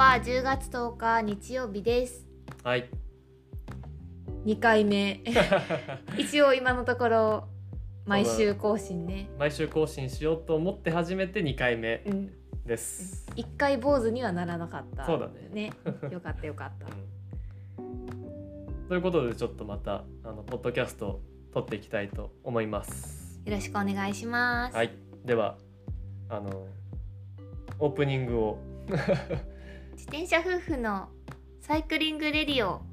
は10月10日日曜日です。 はい。 2回目一応今のところ毎週更新ね。 毎週更新しようと思って始めて2回目です。 1回坊主にはならなかった。 そうだね。よかったよかった、 ということでちょっとまたポッドキャストを撮っていきたいと思います。 よろしくお願いします。 はい。ではオープニングを自転車夫婦のサイクリングレディオ。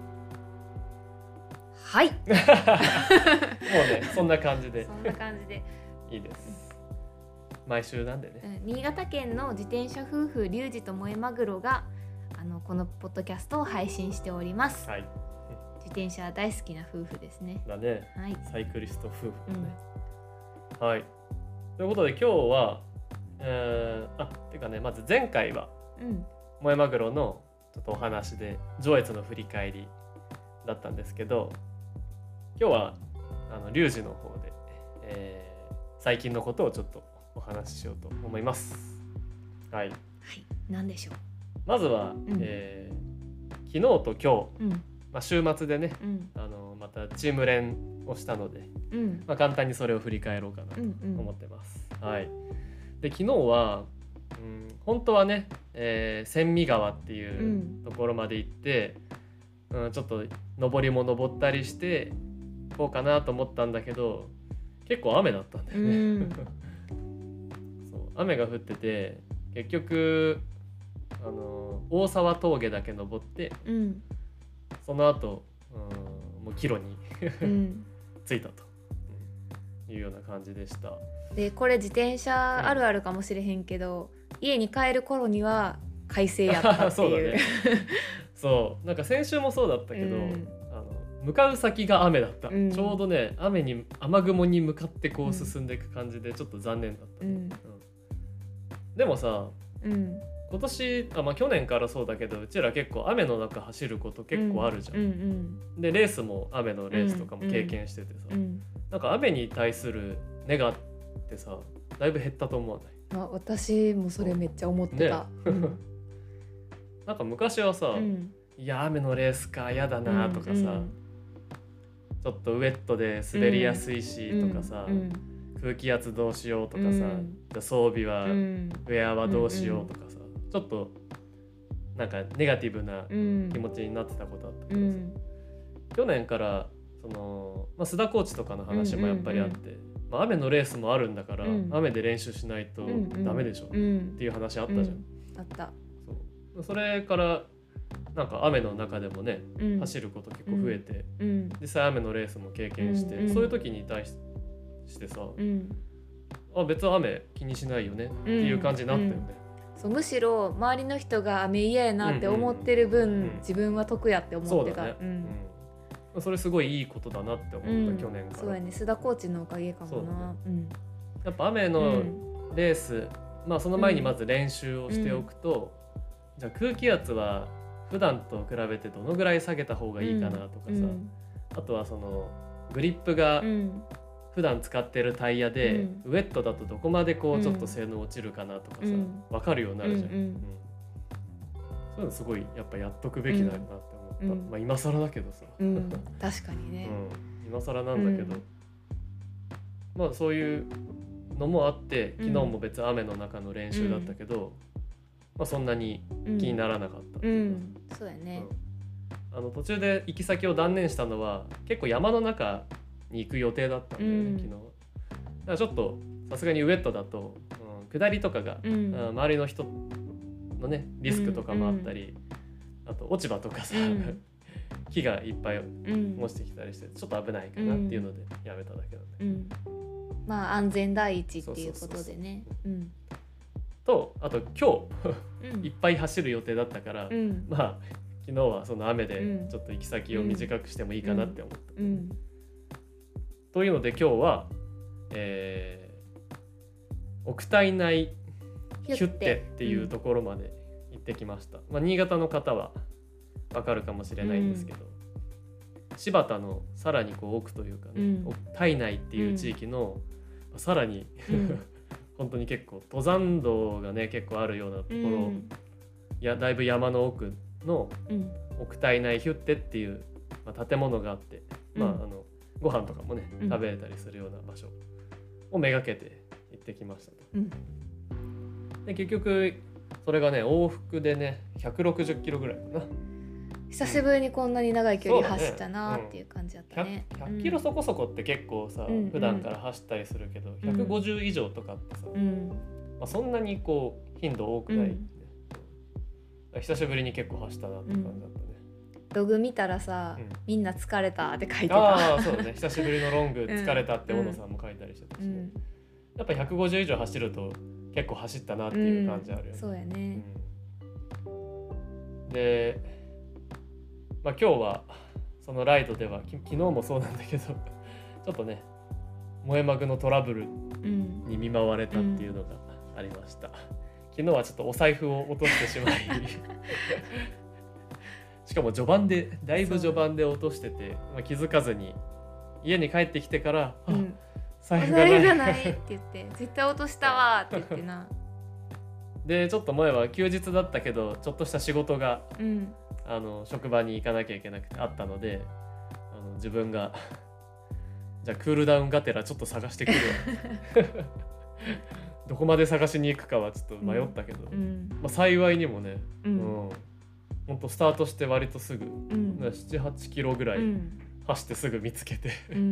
はいもうねそんな感じでいいです。毎週なんでね、 新潟県の自転車夫婦リュウジと萌えマグロがこのポッドキャストを配信しております。 はい。 自転車大好きな夫婦ですね。 だね、 はい、 サイクリスト夫婦だね、はい。ということで今日はてかね、まず前回は萌えマグロのちょっとお話で上越の振り返りだったんですけど、今日はリュウジの方で、最近のことをちょっとお話ししようと思います。はい、はい、 何でしょう。 まずは、昨日と今日、週末でね、またチーム練をしたので、簡単にそれを振り返ろうかなと思ってます。はい。で昨日は、本当はね、千見川っていうところまで行って、ちょっと登りも登ったりしてこうかなと思ったんだけど、結構雨だったんだよね、そう、雨が降ってて結局大沢峠だけ登って、その後、もう帰路に着いたというような感じでした。 でこれ自転車あるあるかもしれへんけど、家に帰る頃には快晴やったっていうそうなんか先週もそうだったけど、向かう先が雨だった、ちょうどね雨雲に向かってこう進んでいく感じでちょっと残念だった、でもさ、今年去年からそうだけど、うちら結構雨の中走ること結構あるじゃん、でレースも雨のレースとかも経験しててさ、なんか雨に対するネガってさだいぶ減ったと思わない？ 私もそれめっちゃ思ってた、 なんか昔はさ、いや雨のレースかやだなとかさ、ちょっとウェットで滑りやすいしとかさ、空気圧どうしようとかさ、装備は、ウェアはどうしようとかさ、ちょっとなんかネガティブな気持ちになってたことあったけどさ、去年からその、須田コーチとかの話もやっぱりあって、雨のレースもあるんだから、雨で練習しないとダメでしょ、っていう話あったじゃん、 あった。 それからなんか雨の中でもね、走ること結構増えて、実際雨のレースも経験して、そういう時に対してさ、別に雨気にしないよねっていう感じになったよね、 そう、むしろ周りの人が雨嫌やなって思ってる分、自分は得やって思ってた。 それすごいいいことだなって思った、去年から。 そうやね、須田コーチのおかげかもな、 やっぱ雨のレース、その前にまず練習をしておくと、じゃあ空気圧は普段と比べてどのぐらい下げた方がいいかなとかさ、あとはそのグリップが普段使ってるタイヤで、ウェットだとどこまでこうちょっと性能落ちるかなとかさ、分かるようになるじゃん、そういうのすごいやっぱやっとくべきだよなって思った、今更だけどさ、 確かにね、 今更なんだけど、そういうのもあって、昨日も別に雨の中の練習だったけど、そんなに気にならなかったっていうか、 そうやね、 途中で行き先を断念したのは結構山の中に行く予定だったんだよね、昨日。だからちょっとさすがにウェットだと、下りとかが、周りの人のねリスクとかもあったり、あと落ち葉とかさ、木がいっぱい落ちてきたりしてちょっと危ないかなっていうのでやめただけなんだけど、 安全第一っていうことでね。 とあと今日いっぱい走る予定だったから、昨日はその雨でちょっと行き先を短くしてもいいかなって思った、というので今日は、奥体内ヒュッテっていうところまで行ってきました。新潟の方はわかるかもしれないんですけど、柴田のさらにこう奥というかね、体内っていう地域のさらに、本当に結構登山道がね結構あるようなところだいぶ山の奥の奥体内ヒュッテっていう、建物があって、ご飯とかもね食べれたりするような場所をめがけて行ってきましたと。で結局それがね往復でね160キロぐらいかな。 久しぶりにこんなに長い距離走ったなっていう感じだったね。 100キロそこそこって結構さ、普段から走ったりするけど、150以上とかってさ、そんなにこう頻度多くない、久しぶりに結構走ったなって感じだったね。 ログ見たらさ、みんな疲れたって書いてた。 ああそうね、久しぶりのロング疲れたって小野さんも書いたりしてたしね、やっぱ150以上走ると結構走ったなっていう感じあるよね。 そうやね、 で、今日はそのライドでは昨日もそうなんだけどちょっとね萌えマグのトラブルに見舞われたっていうのがありました。昨日はちょっとお財布を落としてしまいしかもだいぶ序盤で落としてて、気づかずに家に帰ってきてから、財布がないって言って絶対落としたわって言ってなでちょっと前は休日だったけどちょっとした仕事が、職場に行かなきゃいけなくてあったので、自分がじゃあクールダウンがてらちょっと探してくるわどこまで探しに行くかはちょっと迷ったけど、幸いにもね、ほんとスタートして割とすぐ、7、8キロぐらい走ってすぐ見つけて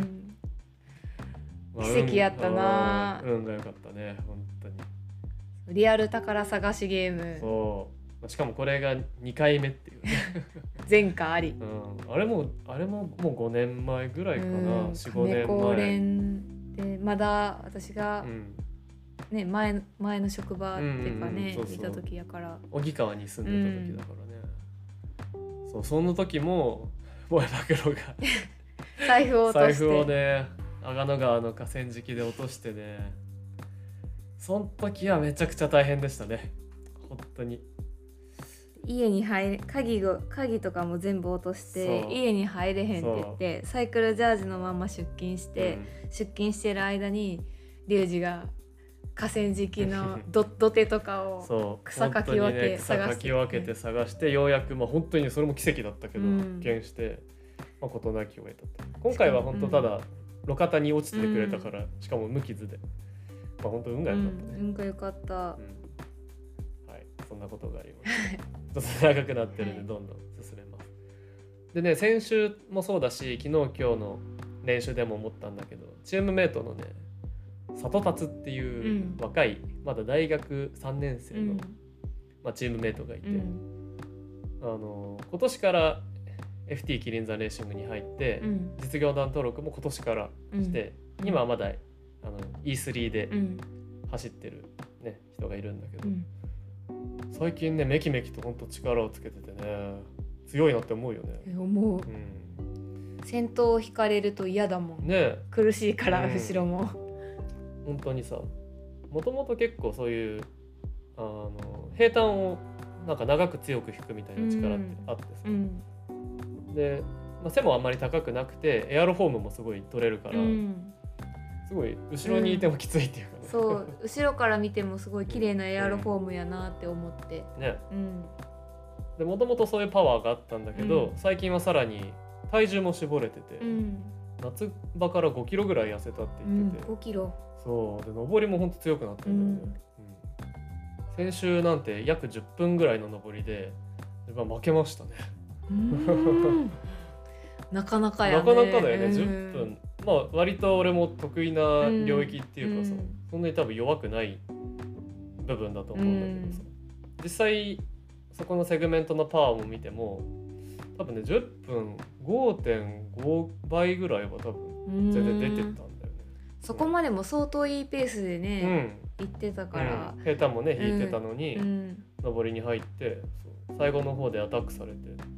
奇跡やったな。 運が良かったね本当に。 リアル宝探しゲーム。 そうしかもこれが2回目っていうね前科あり、 あれももう5年前ぐらいかな、4、5年前。 高連でまだ私が、前の職場っていうかね、いた時やから荻川に住んでた時だからね、その時も萌えマグロが財布を落として、 財布をね阿賀野川の河川敷で落としてね、その時はめちゃくちゃ大変でしたね本当に。 家に鍵とかも全部落として家に入れへんって言ってサイクルジャージのまま出勤して、出勤してる間にリュウジが河川敷の土手とかを草かき分け探してようやく、本当にそれも奇跡だったけど、発見して、事なきを得たと。今回は本当ただ路肩に落ちててくれたから、しかも無傷で、本当運が良かったね。 運が良かった、 はい、そんなことがありますちょっと長くなってるんでどんどん進めます。でね、先週もそうだし昨日今日の練習でも思ったんだけど、チームメイトのね里達っていう若い、まだ大学3年生の、チームメイトがいて、今年から FT キリンザレーシングに入って、実業団登録も今年からして、今はまだE3 で走ってる、人がいるんだけど、最近ねめきめきと本当力をつけててね強いなって思うよね。 思う、先頭を引かれると嫌だもんね。苦しいから、後ろも本当にさ、もともと結構そういう平坦をなんか長く強く引くみたいな力ってあってさ、で、背もあんまり高くなくてエアロフォームもすごい取れるから、すごい後ろにいてもきついっていうかね、 そう後ろから見てもすごい綺麗なエアロフォームやなって思ってね、でもともとそういうパワーがあったんだけど、最近はさらに体重も絞れてて、夏場から5キロぐらい痩せたって言ってて、 5キロそうで上りもほんと強くなってるんだよね、先週なんて約10分ぐらいの上りで負けましたねなかなかやね。 なかなかだよね、10分。割と俺も得意な領域っていうかさ、そんなに多分弱くない部分だと思うんだけどさ、実際そこのセグメントのパワーも見ても多分ね10分 5.5 倍ぐらいは多分全然出てたんだよね。 そこまでも相当いいペースでね、行ってたから、 平坦もね引いてたのに、上りに入って最後の方でアタックされて、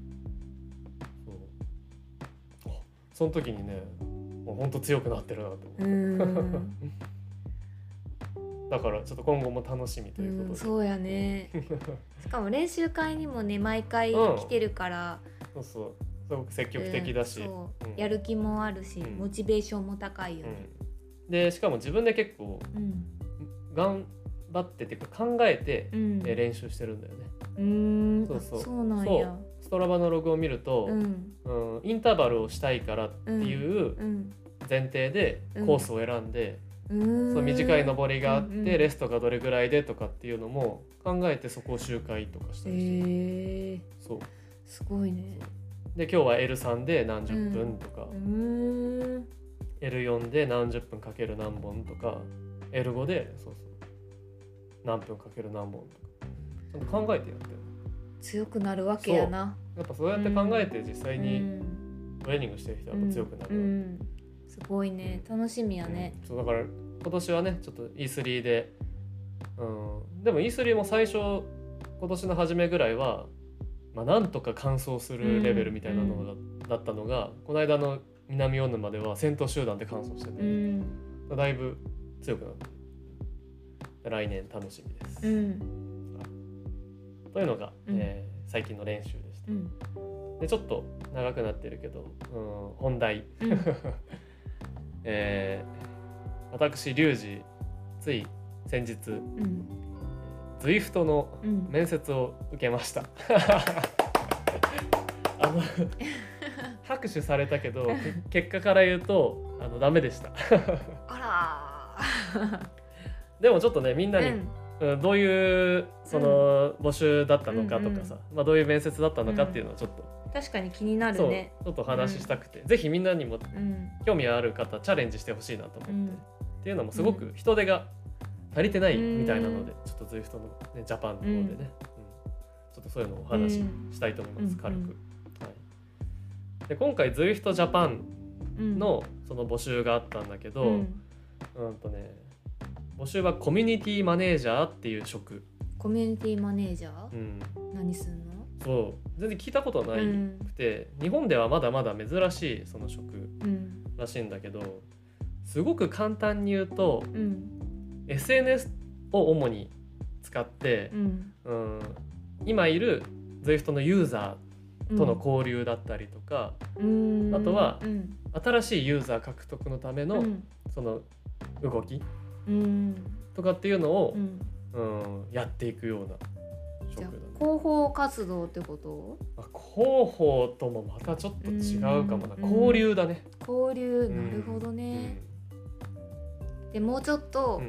その時にねもうほんと強くなってるなと思ってだからちょっと今後も楽しみということで、 そうやねしかも練習会にもね毎回来てるから、 すごく積極的だし、 やる気もあるし、モチベーションも高いよね、 でしかも自分で結構、 張ってっていうか考えて、練習してるんだよね。 そうなんや。 ストラバのログを見ると、インターバルをしたいからっていう前提でコースを選んで、そう短い登りがあって、レストがどれぐらいでとかっていうのも考えてそこを周回とかしたりしてる。そうすごいね。 で今日は L3 で何十分とか、L4 で何十分かける何本とか、L5 で何分かける何本とかちゃんと考えてやってる。 強くなるわけやな。 やっぱそうやって考えて実際にトレーニングしてる人はやっぱ強くなる。 すごいね、楽しみやね。 そうだから今年はねちょっと E3 で、でも E3 も最初今年の初めぐらいはなんとか完走するレベルみたいなのだったのが、この間の南大沼では先頭集団で完走してて、だいぶ強くなって来年楽しみです。というのが、最近の練習でした。でちょっと長くなってるけど、本題、私リュウジつい先日、ZWIFT の面接を受けました。拍手されたけど結果から言うとダメでした。 あらでもちょっとねみんなに、どういうその募集だったのかとかさ、どういう面接だったのかっていうのをちょっと、 確かに気になるね。 ちょっと話したくて、ぜひみんなにも興味ある方チャレンジしてほしいなと思って、っていうのもすごく人手が足りてないみたいなので、ちょっとZWIFTの、ね、ジャパンの方でね、ちょっとそういうのをお話ししたいと思います、軽く。で今回 ZWIFT ジャパンのその募集があったんだけど、募集はコミュニティマネージャーっていう職。 コミュニティマネージャー、何すんの？ そう全然聞いたことなくて、日本ではまだまだ珍しいその職らしいんだけど、すごく簡単に言うと、SNS を主に使って、今いる ZWIFT のユーザーとの交流だったりとか、あとは、新しいユーザー獲得のための、その動き、とかっていうのを、やっていくような職だね。 広報活動ってこと？ 広報ともまたちょっと違うかもな。交流だね。 交流、なるほどね。でもうちょっと、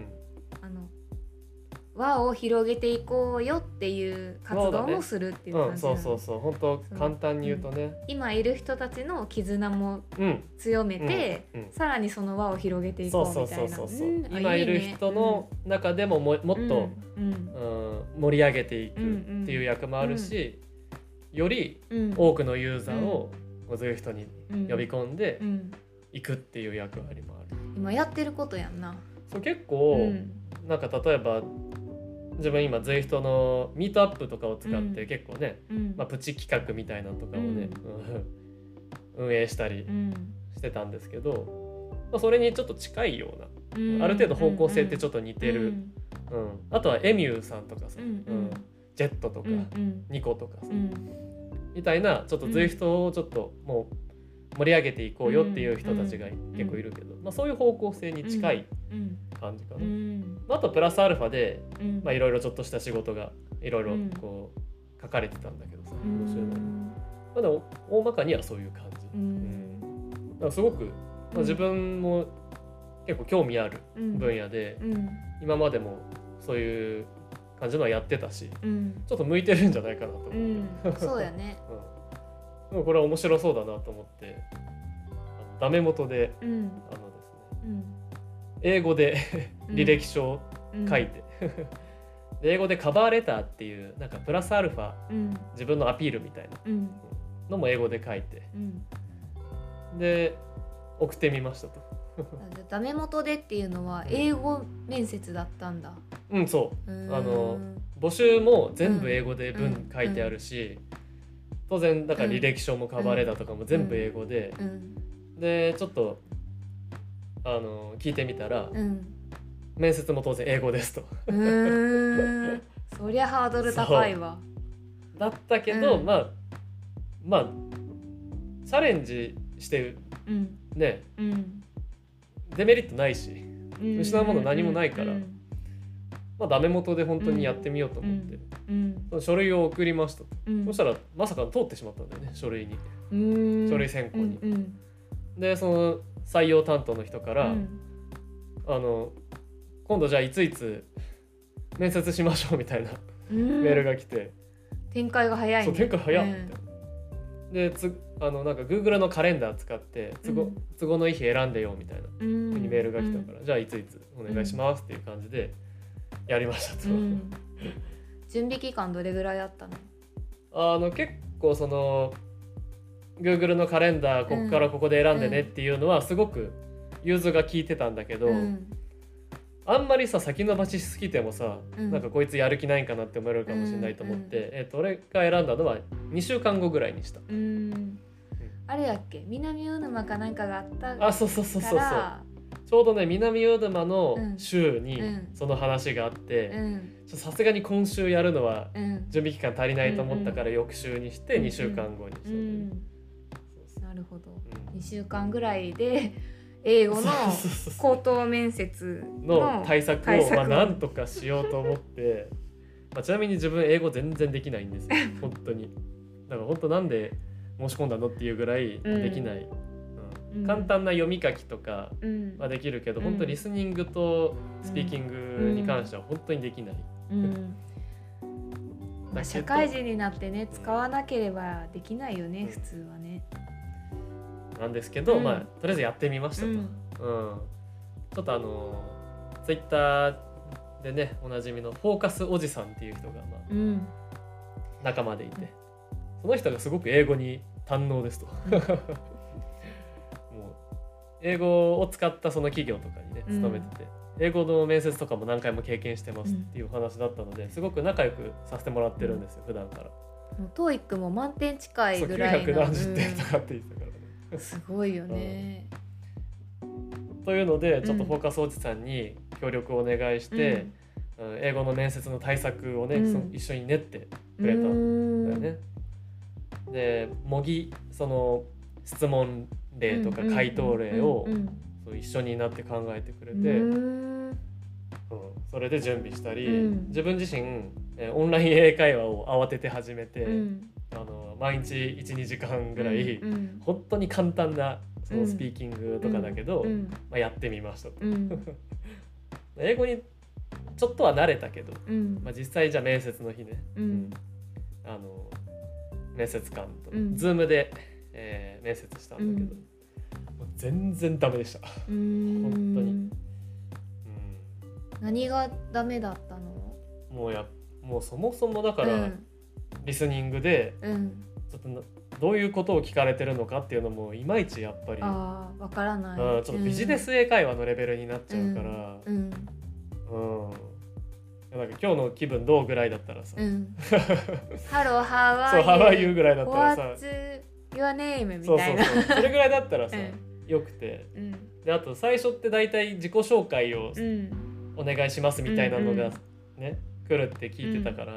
輪を広げていこうよっていう活動もするっていう感じなの。 そう本当簡単に言うとね、 今いる人たちの絆も強めて、さらにその輪を広げていこうみたいな。 今いる人の中でももっと盛り上げていくっていう役もあるし、より多くのユーザーをZWIFTに呼び込んでいくっていう役割もある。 今やってることやんな。 そう結構、なんか例えば自分今 ZWIFT のミートアップとかを使って結構ね、プチ企画みたいなのとかをね、運営したりしてたんですけど、それにちょっと近いような、ある程度方向性ってちょっと似てる、あとはエミューさんとかさ、ジェットとか、ニコとかさ、みたいなちょっと ZWIFT をちょっともう盛り上げていこうよっていう人たちが結構いるけど、そういう方向性に近い感じかな。あとプラスアルファでいろいろちょっとした仕事がいろいろこう書かれてたんだけどさ、面白いのに、でも大まかにはそういう感じ。だからすごく、自分も結構興味ある分野で、今までもそういう感じのはやってたし、ちょっと向いてるんじゃないかなと思って。 そうやね。 でもこれは面白そうだなと思ってダメ元で、ですね、英語で履歴書を書いて、英語でカバーレターっていうなんかプラスアルファ、自分のアピールみたいなのも英語で書いて、で送ってみましたと。 ダメ元でっていうのは英語面接だったんだ。 そう募集も全部英語で文書いてあるし、当然だから履歴書もカバーレターとかも全部英語で、でちょっと聞いてみたら、面接も当然英語ですと。 そりゃハードル高いわ。 だったけど、まあチャレンジしてね、デメリットないし、失うもの何もないから、 まあ、ダメ元で本当にやってみようと思って、その書類を送りましたと、そしたらまさか通ってしまったんだよね、書類選考に、でその採用担当の人から、今度じゃあいついつ面接しましょうみたいなメールが来て、 展開が早いね。 そう展開早っみたいな、でなんか Google のカレンダー使って都合のいい日選んでよみたいなふうにメールが来たから、じゃあいついつお願いしますっていう感じでやりましたと、 準備期間どれぐらいあったの？結構その Google のカレンダーここからここで選んでねっていうのはすごく融通が効いてたんだけど、あんまりさ先延ばししすぎてもさ、なんかこいつやる気ないんかなって思われるかもしれないと思って、俺が選んだのは2週間後ぐらいにした。 あれやっけ、南魚沼かなんかがあったから。 そうちょうどね南魚沼の週にその話があって、さすがに今週やるのは準備期間足りないと思ったから翌週にして2週間後にした、 なるほど、2週間ぐらいで英語の口頭面接の対策をなんとかしようと思って、ちなみに自分英語全然できないんですよ本当に。だから本当なんで申し込んだのっていうぐらいできない、簡単な読み書きとかはできるけど、本当リスニングとスピーキングに関しては本当にできない、 社会人になってね使わなければできないよね、普通はね。 なんですけど、とりあえずやってみましたと、ちょっとツイッターでねおなじみのフォーカスおじさんっていう人が仲間でいて、その人がすごく英語に堪能ですと、もう英語を使ったその企業とかにね勤めてて、英語の面接とかも何回も経験してますっていう話だったので、すごく仲良くさせてもらってるんですよ、普段から。 TOEIC も満点近いぐらいの、 9何十点とかって言ってたからね、 すごいよね、 というのでちょっとフォーカスおじさんに協力をお願いして、英語の面接の対策をね、一緒に練ってくれたんだよね。で模擬その質問例とか回答例を一緒になって考えてくれて、それで準備したり、自分自身オンライン英会話を慌てて始めて、毎日 1,2 時間ぐらい、本当に簡単なそのスピーキングとかだけど、やってみましたと、英語にちょっとは慣れたけど、実際じゃあ面接の日ね、面接官とズームで、面接したんだけど、全然ダメでした。本当に、 何がダメだったの？ もうそもそもだから、リスニングで、ちょっとどういうことを聞かれてるのかっていうのもいまいちやっぱりわからない、 ちょっとビジネス英会話のレベルになっちゃうから、なんか今日の気分どうぐらいだったらさ、 ハローハワイ、 そうハワイユーぐらいだったらさ、 What's your name みたいな、 それぐらいだったらさ、よくて、であと最初って大体自己紹介をお願いしますみたいなのがね、来るって聞いてたから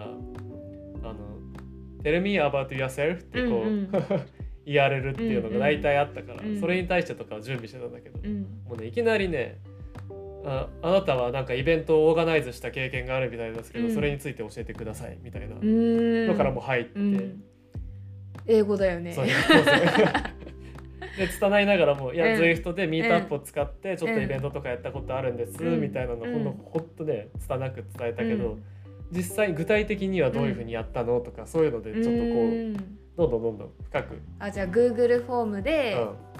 、Tell me about yourself ってこう、言われるっていうのが大体あったから、それに対してとかは準備してたんだけど、もうねいきなりね、あなたはなんかイベントをオーガナイズした経験があるみたいですけど、それについて教えてくださいみたいなのからも入って、 英語だよね。 そうで拙いながらも、いや Zwift でミートアップを使ってちょっとイベントとかやったことあるんです、みたいなのほんとね拙く伝えたけど、実際具体的にはどういうふうにやったのとか、そういうのでちょっとこうどんどん深く、 じゃあ Google フォームで、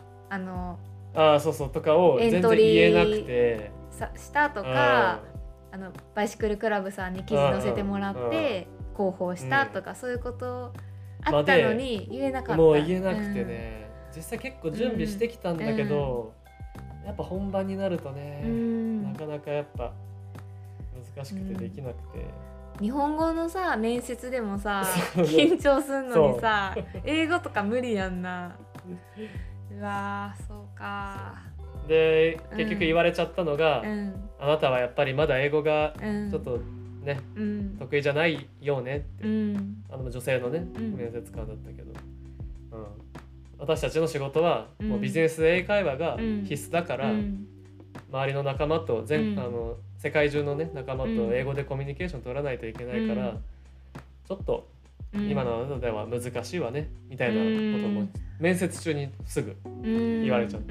そうとかを全然言えなくてしたとか、バイシクルクラブさんに記事載せてもらって広報したとか、そういうことあったのに言えなかった。 もう言えなくてね、実際結構準備してきたんだけど、やっぱ本番になるとね、なかなかやっぱ難しくてできなくて、 日本語のさ面接でもさ緊張すんのにさ英語とか無理やんな。うわー、そうか。 で結局言われちゃったのが、あなたはやっぱりまだ英語がちょっとね、得意じゃないよねって、女性のね、面接官だったけど、私たちの仕事はもうビジネス英会話が必須だから、周りの仲間と世界中のね仲間と英語でコミュニケーション取らないといけないから、ちょっと今のあなたでは難しいわねみたいなことも面接中にすぐ言われちゃって、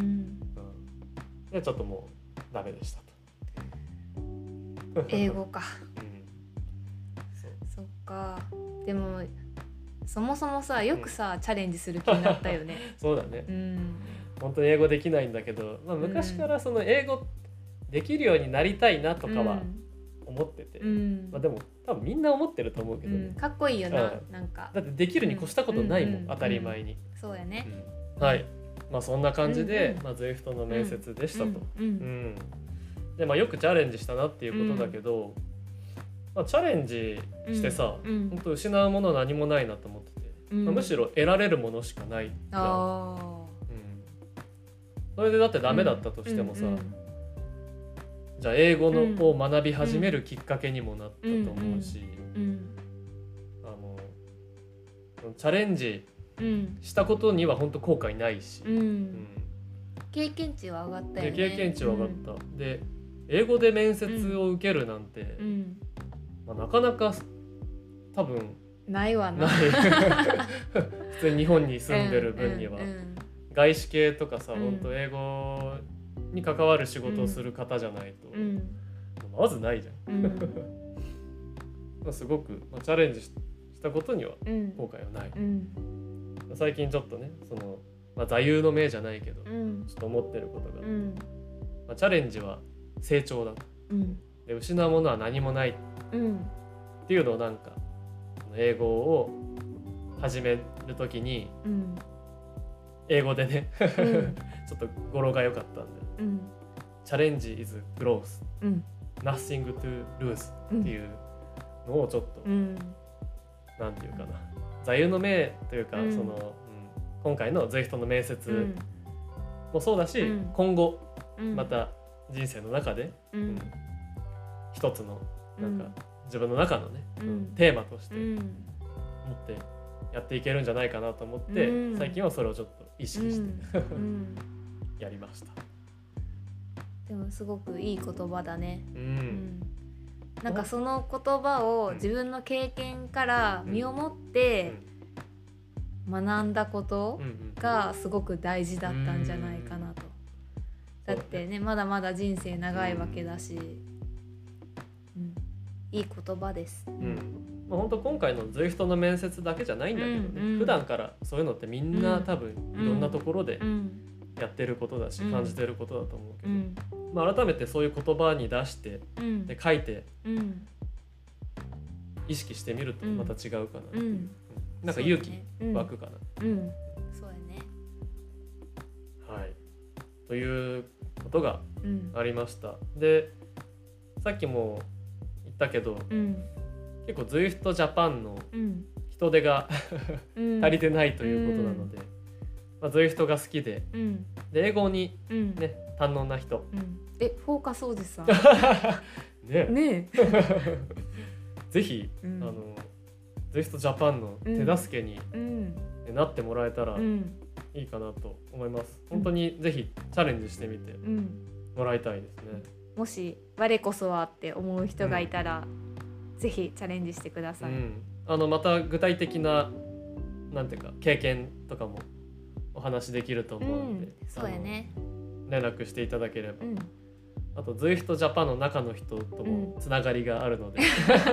でちょっともうダメでしたと。 英語か、そっか。でもそもそもさよくさ、チャレンジする気になったよね。 そうだね、本当に英語できないんだけど、昔からその英語できるようになりたいなとかは思ってて、でも多分みんな思ってると思うけどね、 かっこいいよな、なんかだってできるに越したことないもん、当たり前に。 そうやね、 はい、そんな感じで、ZWIFTの面接でしたと。でよくチャレンジしたなっていうことだけど、チャレンジしてさ、本当失うものは何もないなと思ってて、むしろ得られるものしかないじゃん。それでだってダメだったとしてもさ、じゃあ英語を学び始めるきっかけにもなったと思うし、チャレンジしたことには本当後悔ないし、 経験値は上がったよね。 経験値は上がった、で英語で面接を受けるなんて、なかなか多分ないわな。 普通に日本に住んでる分には、外資系とかさ、本当英語に関わる仕事をする方じゃないと、まずないじゃん。すごく、チャレンジしたことには後悔はない。最近ちょっとねその、座右の銘じゃないけど、ちょっと思ってることが、チャレンジは成長だと、で失うものは何もないっていうのをなんか英語を始めるときに、英語でねちょっと語呂が良かったんで、チャレンジ is growth、nothing to lose っていうのをちょっと、なんていうかな、座右の銘というか、その、今回のZWIFTの面接もそうだし、今後また人生の中で、一つのなんか自分の中のね、テーマとして持ってやっていけるんじゃないかなと思って、最近はそれをちょっと意識して、やりました。 でもすごくいい言葉だね。なんかその言葉を自分の経験から身をもって学んだことがすごく大事だったんじゃないかなと。だってね、まだまだ人生長いわけだし、いい言葉です。 本当今回のZWIFTの面接だけじゃないんだけどね、普段からそういうのってみんな多分いろんなところでやってることだし、感じてることだと思うけど、改めてそういう言葉に出して、で書いて、意識してみるとまた違うかな、なんか勇気湧くかな。 そうやね。 はい、ということがありました。でさっきも言ったけど、結構 ZWIFT Japan の人手が足りてないということなので、ZWIFT が好きで、で英語にね、堪能な人、 フォーカスおじさんねぜひZWIFT Japan の手助けになってもらえたらいいかなと思います。本当にぜひチャレンジしてみてもらいたいですね。 もし我こそはって思う人がいたら、ぜひチャレンジしてください。 また具体的ななんていうか経験とかもお話できると思うので、 そうやね、 連絡していただければ、あと ZWIFT Japan の中の人ともつながりがあるので、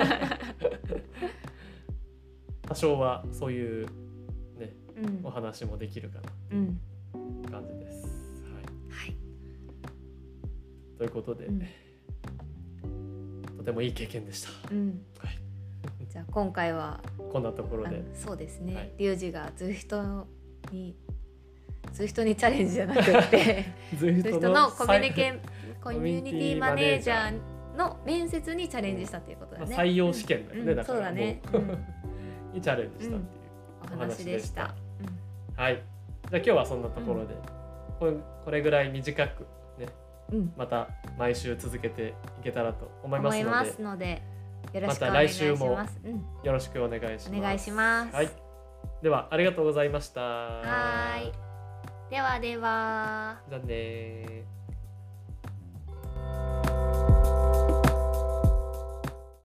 多少はそういうね、お話もできるかな感じです。はい、ということで、とてもいい経験でした。 じゃあ今回はこんなところで、 そうですね、リュウジがZWIFTにチャレンジじゃなくてZWIFTのコミュニティマネージャーの面接にチャレンジしたっていうことだね。 採用試験だよね、だからそうだね、 にチャレンジしたっていうお話でした。はい、じゃあ今日はそんなところで、これぐらい短くね、また毎週続けていけたらと思いますので、 よろしくお願いします。 また来週もよろしくお願いします。 お願いします。 はい、ではありがとうございました。 はい、ではでは。 じゃあね。